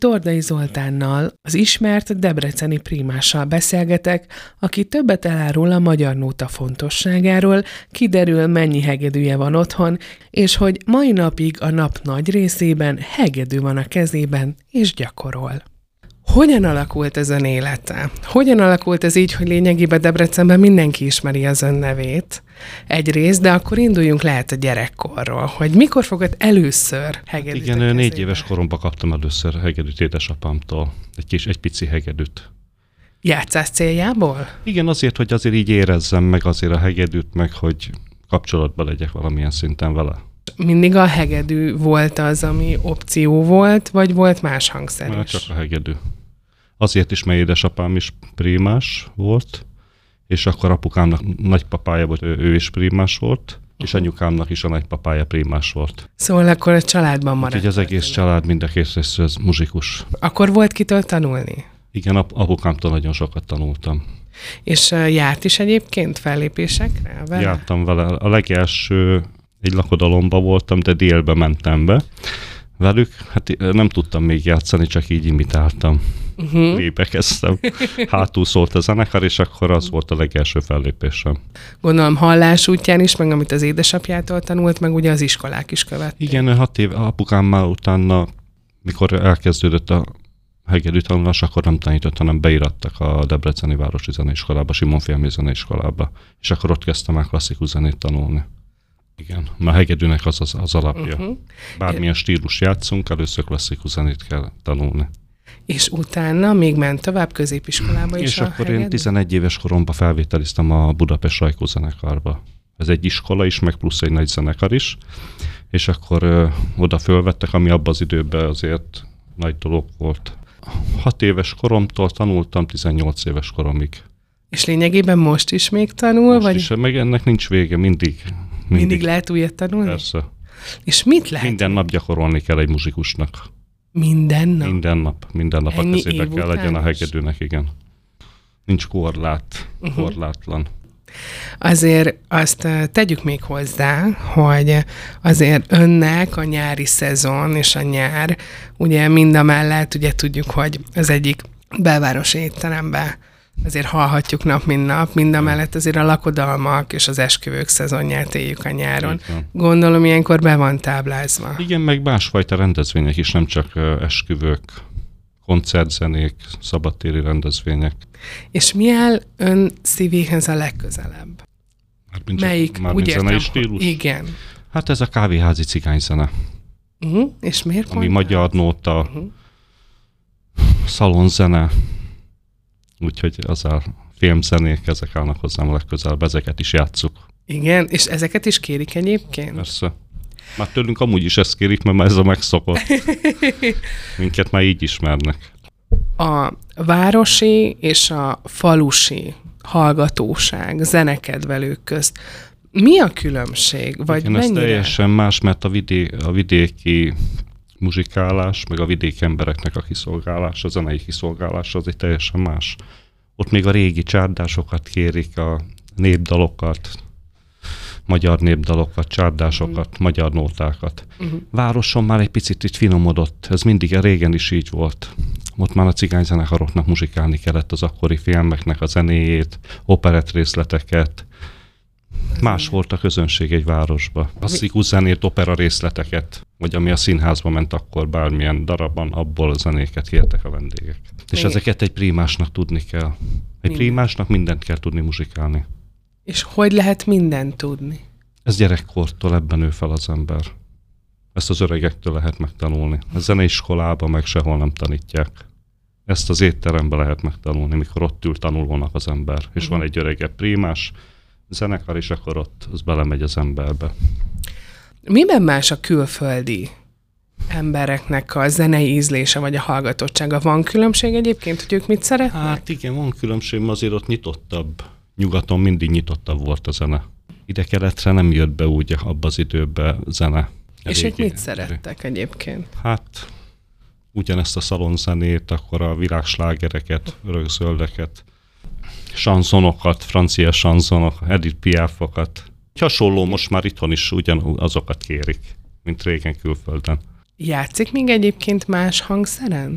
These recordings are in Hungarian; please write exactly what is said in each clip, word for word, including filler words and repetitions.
Tordai Zoltánnal, az ismert debreceni primással beszélgetek, aki többet elárul a magyar nóta fontosságáról, kiderül, mennyi hegedűje van otthon, és hogy mai napig a nap nagy részében hegedű van a kezében, és gyakorol. Hogyan alakult ez ön élete? Hogyan alakult ez így, hogy lényegében Debrecenben mindenki ismeri az ön nevét? Egyrészt, de akkor induljunk lehet a gyerekkorról, hogy mikor fogod először hegedűt? Igen, a négy éves koromban kaptam először hegedűt édesapámtól. Egy kis, egy pici hegedűt. Játszás céljából? Igen, azért, hogy azért így érezzem meg azért a hegedűt, meg hogy kapcsolatban legyek valamilyen szinten vele. Mindig a hegedű volt az, ami opció volt, vagy volt más hangszer is? Már csak a hegedű. Azért is, mert édesapám is primás volt, és akkor apukámnak nagypapája volt, ő is primás volt, uh-huh. és anyukámnak is a nagypapája primás volt. Szóval akkor a családban maradt. Úgyhogy az egész család mind a két részről muzsikus. Akkor volt kitől tanulni? Igen, ap- apukámtól nagyon sokat tanultam. És uh, járt is egyébként fellépésekre vele? Jártam vele. A legelső egy lakodalomba voltam, de délbe mentem be velük. Hát nem tudtam még játszani, csak így imitáltam. Uh-huh. Lépekeztem. Hátul szólt a zenekar, és akkor az volt a legelső fellépésem. Gondolom hallás útján is, meg amit az édesapjától tanult, meg ugye az iskolák is követték. Igen, hat év apukámmal utána, mikor elkezdődött a hegedű tanulás, akkor nem tanított, hanem beirattak a Debreceni Városi Zeneiskolába, Simon Fialmi Zeneiskolába, és akkor ott kezdtem el klasszikus zenét tanulni. Igen, mert a hegedűnek az az, az alapja. Uh-huh. Bármilyen stílus játszunk, először klasszikus zenét kell tanulni. És utána még ment tovább középiskolába is és a akkor hegedű? Én tizenegy éves koromban felvételiztem a Budapest Rajkó zenekarba. Ez egy iskola is, meg plusz egy nagy zenekar is. És akkor ö, oda fölvettek, ami abban az időben azért nagy dolog volt. Hat éves koromtól tanultam tizennyolc éves koromig. És lényegében most is még tanul? Most vagy? is, meg ennek nincs vége, mindig. Mindig, mindig lehet újat tanulni? Persze. És mit lehet? Minden nap gyakorolni kell egy muzsikusnak. Minden nap? Minden nap. Minden nap Ennyi a kezébe kell legyen a hegedűnek, igen. Nincs korlát, uh-huh. korlátlan. Azért azt tegyük még hozzá, hogy azért önnek a nyári szezon és a nyár, ugye mindamellett, ugye tudjuk, hogy az egyik belvárosi étteremben azért hallhatjuk nap, mint nap, mindamellett azért a lakodalmak és az esküvők szezonját éljük a nyáron. Gondolom, ilyenkor be van táblázva. Igen, meg másfajta rendezvények is, nem csak esküvők, koncertzenék, szabadtéri rendezvények. És mi áll ön szívéhez a legközelebb? Mármint Melyik? Már Úgy zenei értem, stílus? Igen. Hát ez a kávéházi cigányzene. Uh-huh. És miért Ami pont magyar az? nóta, uh-huh. szalonzene, úgyhogy az a filmzenék, ezek állnak hozzám a legközelebb, ezeket is játsszuk. Igen, és ezeket is kérik egyébként? Persze. Már tőlünk amúgy is ezt kérik, mert már ez a megszokott. Minket már így ismernek. A városi és a falusi hallgatóság, zenekedvelők közt mi a különbség? Vagy igen, mennyire? ez teljesen más, mert a, vidé- a vidéki muzsikálás, meg a vidéki embereknek a kiszolgálás, a zenei kiszolgálás az egy teljesen más. Ott még a régi csárdásokat kérik, a népdalokat, magyar népdalokat, csárdásokat, uh-huh. magyar nótákat. Uh-huh. Városon már egy picit itt finomodott, ez mindig, régen is így volt. Ott már a cigányzenekaroknak muzsikálni kellett az akkori filmeknek a zenéjét, operett részleteket. Más volt a közönség egy városba. Klasszikus zenét, opera részleteket, vagy ami a színházba ment akkor bármilyen darabban, abból a zenéket kértek a vendégek. És igen. ezeket egy primásnak tudni kell. Egy minden. primásnak mindent kell tudni muzsikálni. És hogy lehet mindent tudni? Ez gyerekkortól, ebben nő fel az ember. Ezt az öregektől lehet megtanulni. A zeneiskolában meg sehol nem tanítják. Ezt az étteremben lehet megtanulni, mikor ott ül tanulónak az ember. És uh-huh. van egy öregebb primás zenekar, és akkor ott az belemegy az emberbe. Miben más a külföldi embereknek a zenei ízlése, vagy a hallgatottsága? Van különbség egyébként, hogy ők mit szeretnek? Hát igen, van különbség, mert azért ott nyitottabb. Nyugaton mindig nyitottabb volt a zene. Ide-keletre nem jött be úgy abban az időben zene. És ők mit szerettek egyébként? Hát ugyanezt a szalonzenét, akkor a világslágereket, örökzöldeket, sanzonokat, francia sanzonok, Edith Piafokat. Hasonló, most már itthon is ugyanazokat kérik, mint régen külföldön. Játszik még egyébként más hangszeren?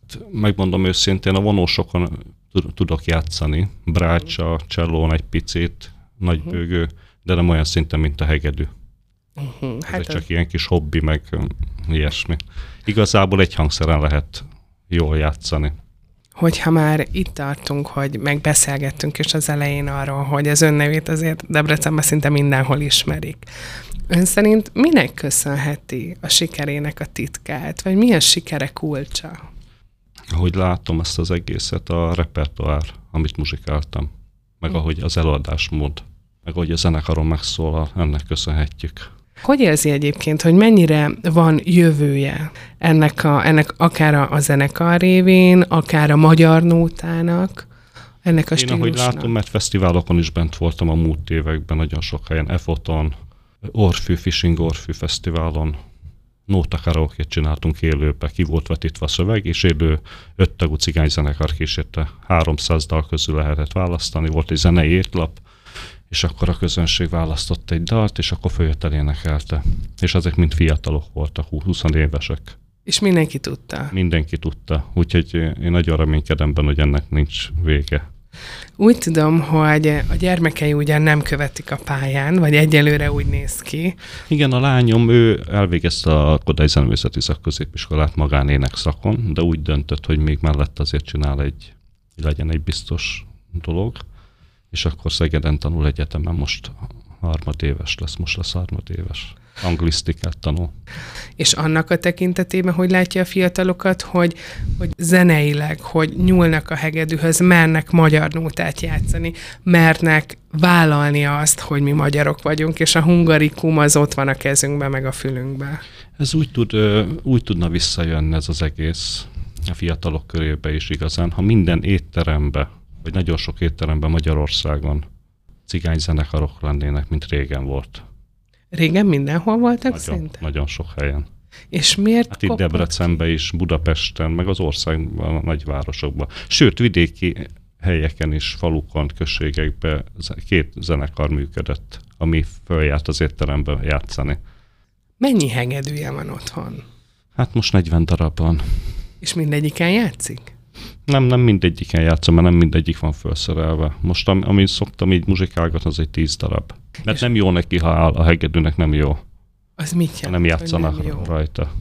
megmondom őszintén, a vonósokon tudok játszani. Brácsa, csellón egy picit, nagybőgő, de nem olyan szinten, mint a hegedű. Uh-huh. Hát ez csak ez... ilyen kis hobbi, meg ilyesmi. Igazából egy hangszeren lehet jól játszani. Hogyha már itt tartunk, hogy megbeszélgettünk is az elején arról, hogy az ön nevét azért Debrecenben szinte mindenhol ismerik. Ön szerint minek köszönheti a sikerének a titkát, vagy mi a sikere kulcsa? Ahogy látom ezt az egészet, a repertoár, amit muzsikáltam, meg ahogy az előadásmód, meg ahogy a zenekaron megszólal, ennek köszönhetjük. Hogy érzi egyébként, hogy mennyire van jövője ennek, a, ennek akár a zenekar révén, akár a magyar nótának, ennek a Én stílusnak? Én ahogy látom, mert fesztiválokon is bent voltam a múlt években, nagyon sok helyen, Efoton, Orfű, Fishing Orfű fesztiválon, nóta karaokét csináltunk élőbe, ki volt vetítve a szöveg, és élő öttagú cigányzenekar kísérte. háromszáz dal közül lehetett választani, volt egy zenei étlap, és akkor a közönség választott egy dalt, és akkor följött el énekelte. És ezek mind fiatalok voltak, húsz évesek. És mindenki tudta? Mindenki tudta, úgyhogy én nagyon reménykedem benne, hogy ennek nincs vége. Úgy tudom, hogy a gyermekei ugyan nem követik a pályán, vagy egyelőre úgy néz ki. Igen, a lányom, ő elvégezte a Kodály Zeneművészeti Szakközépiskolát magánének szakon, de úgy döntött, hogy még mellett azért csinál egy, legyen egy biztos dolog, és akkor Szegeden tanul egyetemen, most harmadéves lesz, most lesz harmadéves. Anglisztikát tanul. És annak a tekintetében, hogy látja a fiatalokat, hogy, hogy zeneileg, hogy nyúlnak a hegedűhöz, mernek magyar nótát játszani, mernek vállalni azt, hogy mi magyarok vagyunk, és a hungarikum az ott van a kezünkben, meg a fülünkben. Ez úgy, tud, úgy tudna visszajönni ez az egész a fiatalok körébe is igazán, ha minden étterembe, vagy nagyon sok étteremben Magyarországon cigányzenekarok lennének, mint régen volt. Régen mindenhol voltak nagyon, szinte? Nagyon sok helyen. És miért hát itt Debrecenben is, Budapesten, meg az országban, a nagyvárosokban. Sőt, vidéki helyeken is, falukon, községekben két zenekar működött, ami följárt az étterembe játszani. Mennyi hegedűje van otthon? Hát most negyven darab van. És mindegyiken játszik? Nem, nem mindegyiken játszom, mert nem mindegyik van felszerelve. Most, am, amit szoktam így muzsikálgatni, az egy tíz darab. Mert és nem jó neki, ha áll, a hegedűnek nem jó. Az mit jelent? Nem játszanak nem rajta.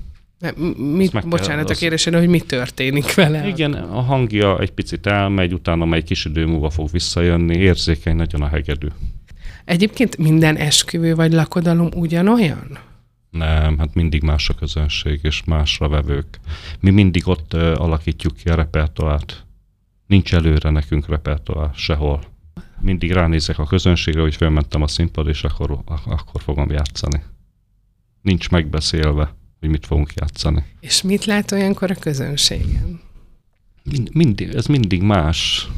Mit, bocsánat a kérdésére, hogy mi történik vele? Igen, a hangja egy picit elmegy, utána majd kis idő múlva fog visszajönni, érzékeny nagyon a hegedű. Egyébként minden esküvő vagy lakodalom ugyanolyan? Nem, hát mindig más a közönség és másra vevők. Mi mindig ott uh, alakítjuk ki a repertoárt. Nincs előre nekünk repertoár sehol. Mindig ránézek a közönségre, hogy felmentem a színpad, és akkor, akkor fogom játszani. Nincs megbeszélve, hogy mit fogunk játszani. És mit lát olyankor a közönségen? Mind, mindig, ez mindig más.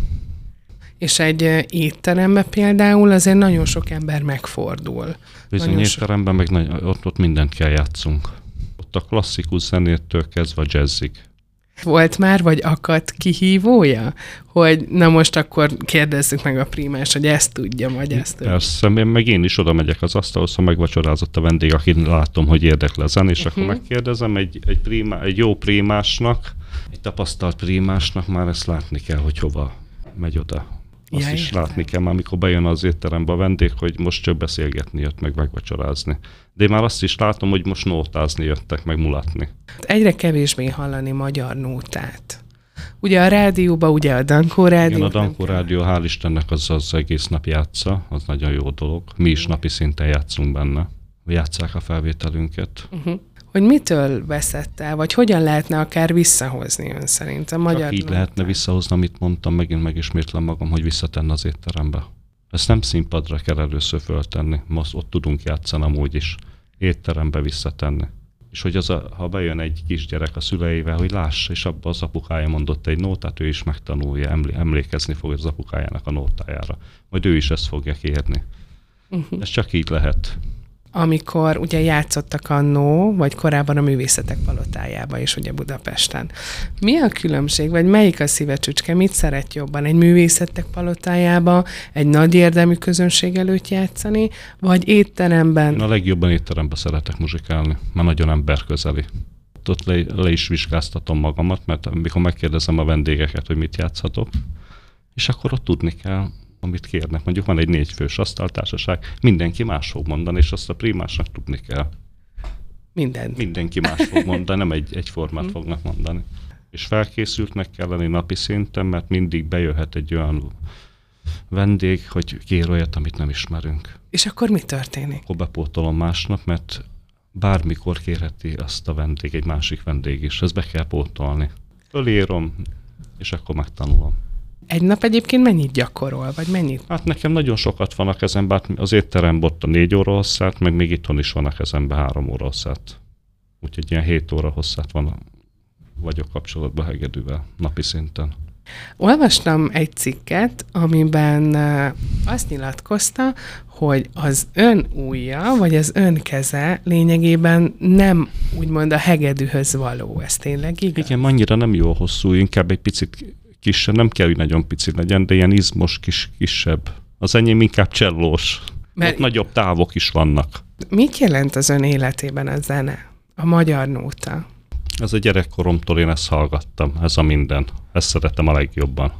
És egy étteremben például azért nagyon sok ember megfordul. Bizony étteremben meg nagy, ott, ott mindent kell játszunk. Ott a klasszikus zenétől kezdve a jazzig. Volt már, vagy akadt kihívója? Hogy na most akkor kérdezzük meg a prímás, hogy ezt tudja, vagy ezt tudja. Persze, meg én is oda megyek az asztalhoz, ha megvacsorázott a vendég, akit látom, hogy érdekli a zen, és uh-huh. akkor megkérdezem egy, egy, prímá, egy jó prímásnak, egy tapasztalt prímásnak már ezt látni kell, hogy hova megy oda. Azt ja, is értem. Látni kell már, amikor bejön az étterembe a vendég, hogy most csak beszélgetni jött, meg megvacsorázni. De én már azt is látom, hogy most nótázni jöttek, meg mulatni. Egyre kevésbé hallani magyar nótát. Ugye a rádióban, ugye a Dankó Rádió. Igen, a Dankó Rádió, hál' Istennek az az egész nap játsza, az nagyon jó dolog. Mi is napi szinten játszunk benne. Játsszák a felvételünket. Uh-huh. Hogy mitől veszett el, vagy hogyan lehetne akár visszahozni ön szerint a magyar Csak így nótát? Lehetne visszahozni, amit mondtam, megint megismétlem magam, hogy visszatenne az étterembe. Ezt nem színpadra kell először föltenni, most ott tudunk játszani amúgy is. Étterembe visszatenni. És hogy az a, ha bejön egy kisgyerek a szüleivel, hogy lássa, és abban az apukája mondott egy nótát, ő is megtanulja, emlékezni fog az apukájának a nótájára. Majd ő is ezt fogja kérni. Uh-huh. Ez csak így lehet. Amikor ugye játszottak annó, vagy korábban a Művészetek Palotájában is, ugye Budapesten. Mi a különbség, vagy melyik a szívecsücske? Mit szeret jobban? Egy Művészetek Palotájába, egy nagy érdemű közönség előtt játszani, vagy étteremben? Én a legjobban étteremben szeretek muzsikálni, mert nagyon emberközeli. ott le, le is vizsgáztatom magamat, mert amikor megkérdezem a vendégeket, hogy mit játszhatok, és akkor ott tudni kell, amit kérnek. Mondjuk van egy négyfős asztaltársaság, mindenki más fog mondani, és azt a primásnak tudni kell. Mindent. Mindenki más fog mondani, nem egy, egyformát fognak mondani. És felkészültnek kell lenni napi szinten, mert mindig bejöhet egy olyan vendég, hogy kér olyat, amit nem ismerünk. És akkor mi történik? Akkor bepótolom másnap, mert bármikor kérheti azt a vendég, egy másik vendég is. Ezt be kell pótolni. Fölírom, és akkor megtanulom. Egy nap egyébként mennyit gyakorol, vagy mennyit? Hát nekem nagyon sokat van a kezemben, az étteremben ott a négy óra hosszát, meg még itthon is van a kezemben három óra hosszát. Úgyhogy ilyen hét óra hosszát van, vagyok kapcsolatban hegedűvel napi szinten. Olvastam egy cikket, amiben azt nyilatkozta, hogy az ön ujja, vagy az ön keze lényegében nem úgymond a hegedűhöz való. Ez tényleg igaz? Igen, annyira nem jó hosszú, inkább egy picit kisebb, nem kell, hogy nagyon pici legyen, de ilyen izmos, kis, kisebb. Az enyém inkább csellós. Mert ott nagyobb távok is vannak. Mit jelent az ön életében a zene? A magyar nóta? Ez a gyerekkoromtól én ezt hallgattam, ez a minden. Ezt szeretem a legjobban.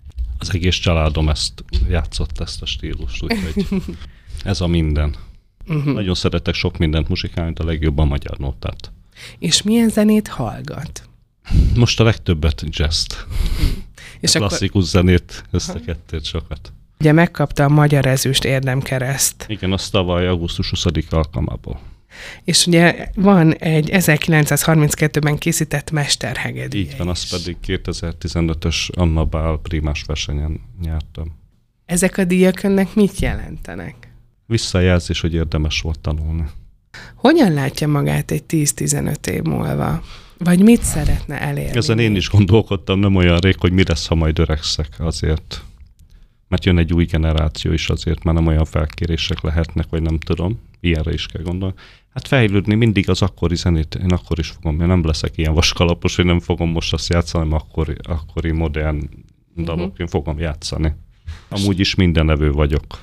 Az egész családom ezt játszott, ezt a stílust, úgyhogy ez a minden. Uh-huh. Nagyon szeretek sok mindent muzsikálni, de a legjobban a magyar nótát. És milyen zenét hallgat? Most a legtöbbet jazzt. És a klasszikus akkor... zenét, ezt a kettőt sokat. Ugye megkapta a Magyar Ezüst Érdemkereszt. Igen, azt tavaly augusztus huszadika alkalmából. És ugye van egy ezerkilencszázharminckettőben készített mesterhegedűje. Így van, azt pedig kétezer-tizenötös Anna Bál prímás versenyen nyertem. Ezek a díjak önnek mit jelentenek? Visszajelzés, hogy érdemes volt tanulni. Hogyan látja magát egy tíz-tizenöt év múlva? Vagy mit szeretne elérni? Ezen én is gondolkodtam nem olyan rég, hogy mi lesz, ha majd öregszek azért. Mert jön egy új generáció is azért, már nem olyan felkérések lehetnek, vagy nem tudom. Ilyenre is kell gondolni. Hát fejlődni mindig az akkori zenét, én akkor is fogom, én nem leszek ilyen vaskalapos, hogy nem fogom most azt játszani, hanem akkori, akkori modern dalok, uh-huh. én fogom játszani. Amúgy is mindenevő vagyok.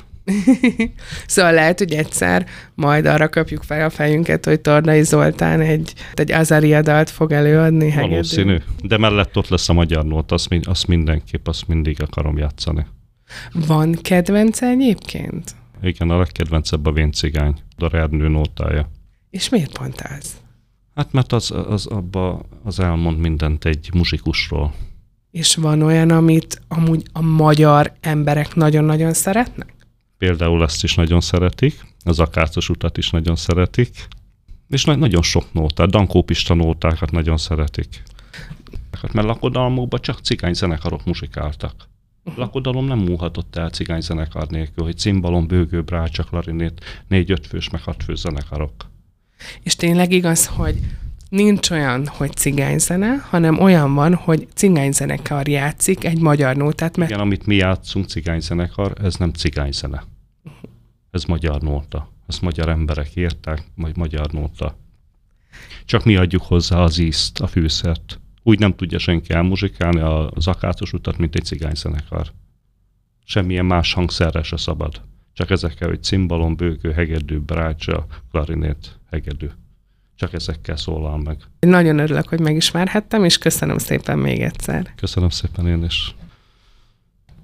Szóval lehet, hogy egyszer majd arra kapjuk fel a fejünket, hogy Tordai Zoltán egy, egy Azaria dalt fog előadni hegedűn. Valószínű, de mellett ott lesz a magyar nóta, azt, azt mindenképp, azt mindig akarom játszani. Van kedvence egyébként? Igen, a legkedvencebb a Vén cigány, a Erdnő nótája. És miért pont az? Hát mert az, az abba az elmond mindent egy muzsikusról. És van olyan, amit amúgy a magyar emberek nagyon-nagyon szeretnek? Például ezt is nagyon szeretik, az Akácos utat is nagyon szeretik, és na- nagyon sok nótát, Dankó Pista nótákat nagyon szeretik. Mert lakodalmukban csak cigányzenekarok muzsikáltak. Lakodalom nem múlhatott el cigányzenekar nélkül, hogy cimbalom, bőgő, brácsa, klarinét, négy-öt fős, meg hat fős zenekarok. És tényleg igaz, hogy nincs olyan, hogy cigányzene, hanem olyan van, hogy cigányzenekar játszik egy magyar nótát. Mert... Igen, amit mi játszunk, cigányzenekar, ez nem cigányzene. Ez magyar nóta. Ezt magyar emberek írták, vagy magyar nóta. Csak mi adjuk hozzá az ízt, a fűszert. Úgy nem tudja senki elmuzsikálni az Akácos utat, mint egy cigányzenekar. Semmilyen más hangszerre se szabad. Csak ezekkel, hogy cimbalom, bőgő, hegedű, brácsa, klarinét, hegedű. Csak ezekkel szólal meg. Nagyon örülök, hogy megismerhettem, és köszönöm szépen még egyszer. Köszönöm szépen én is.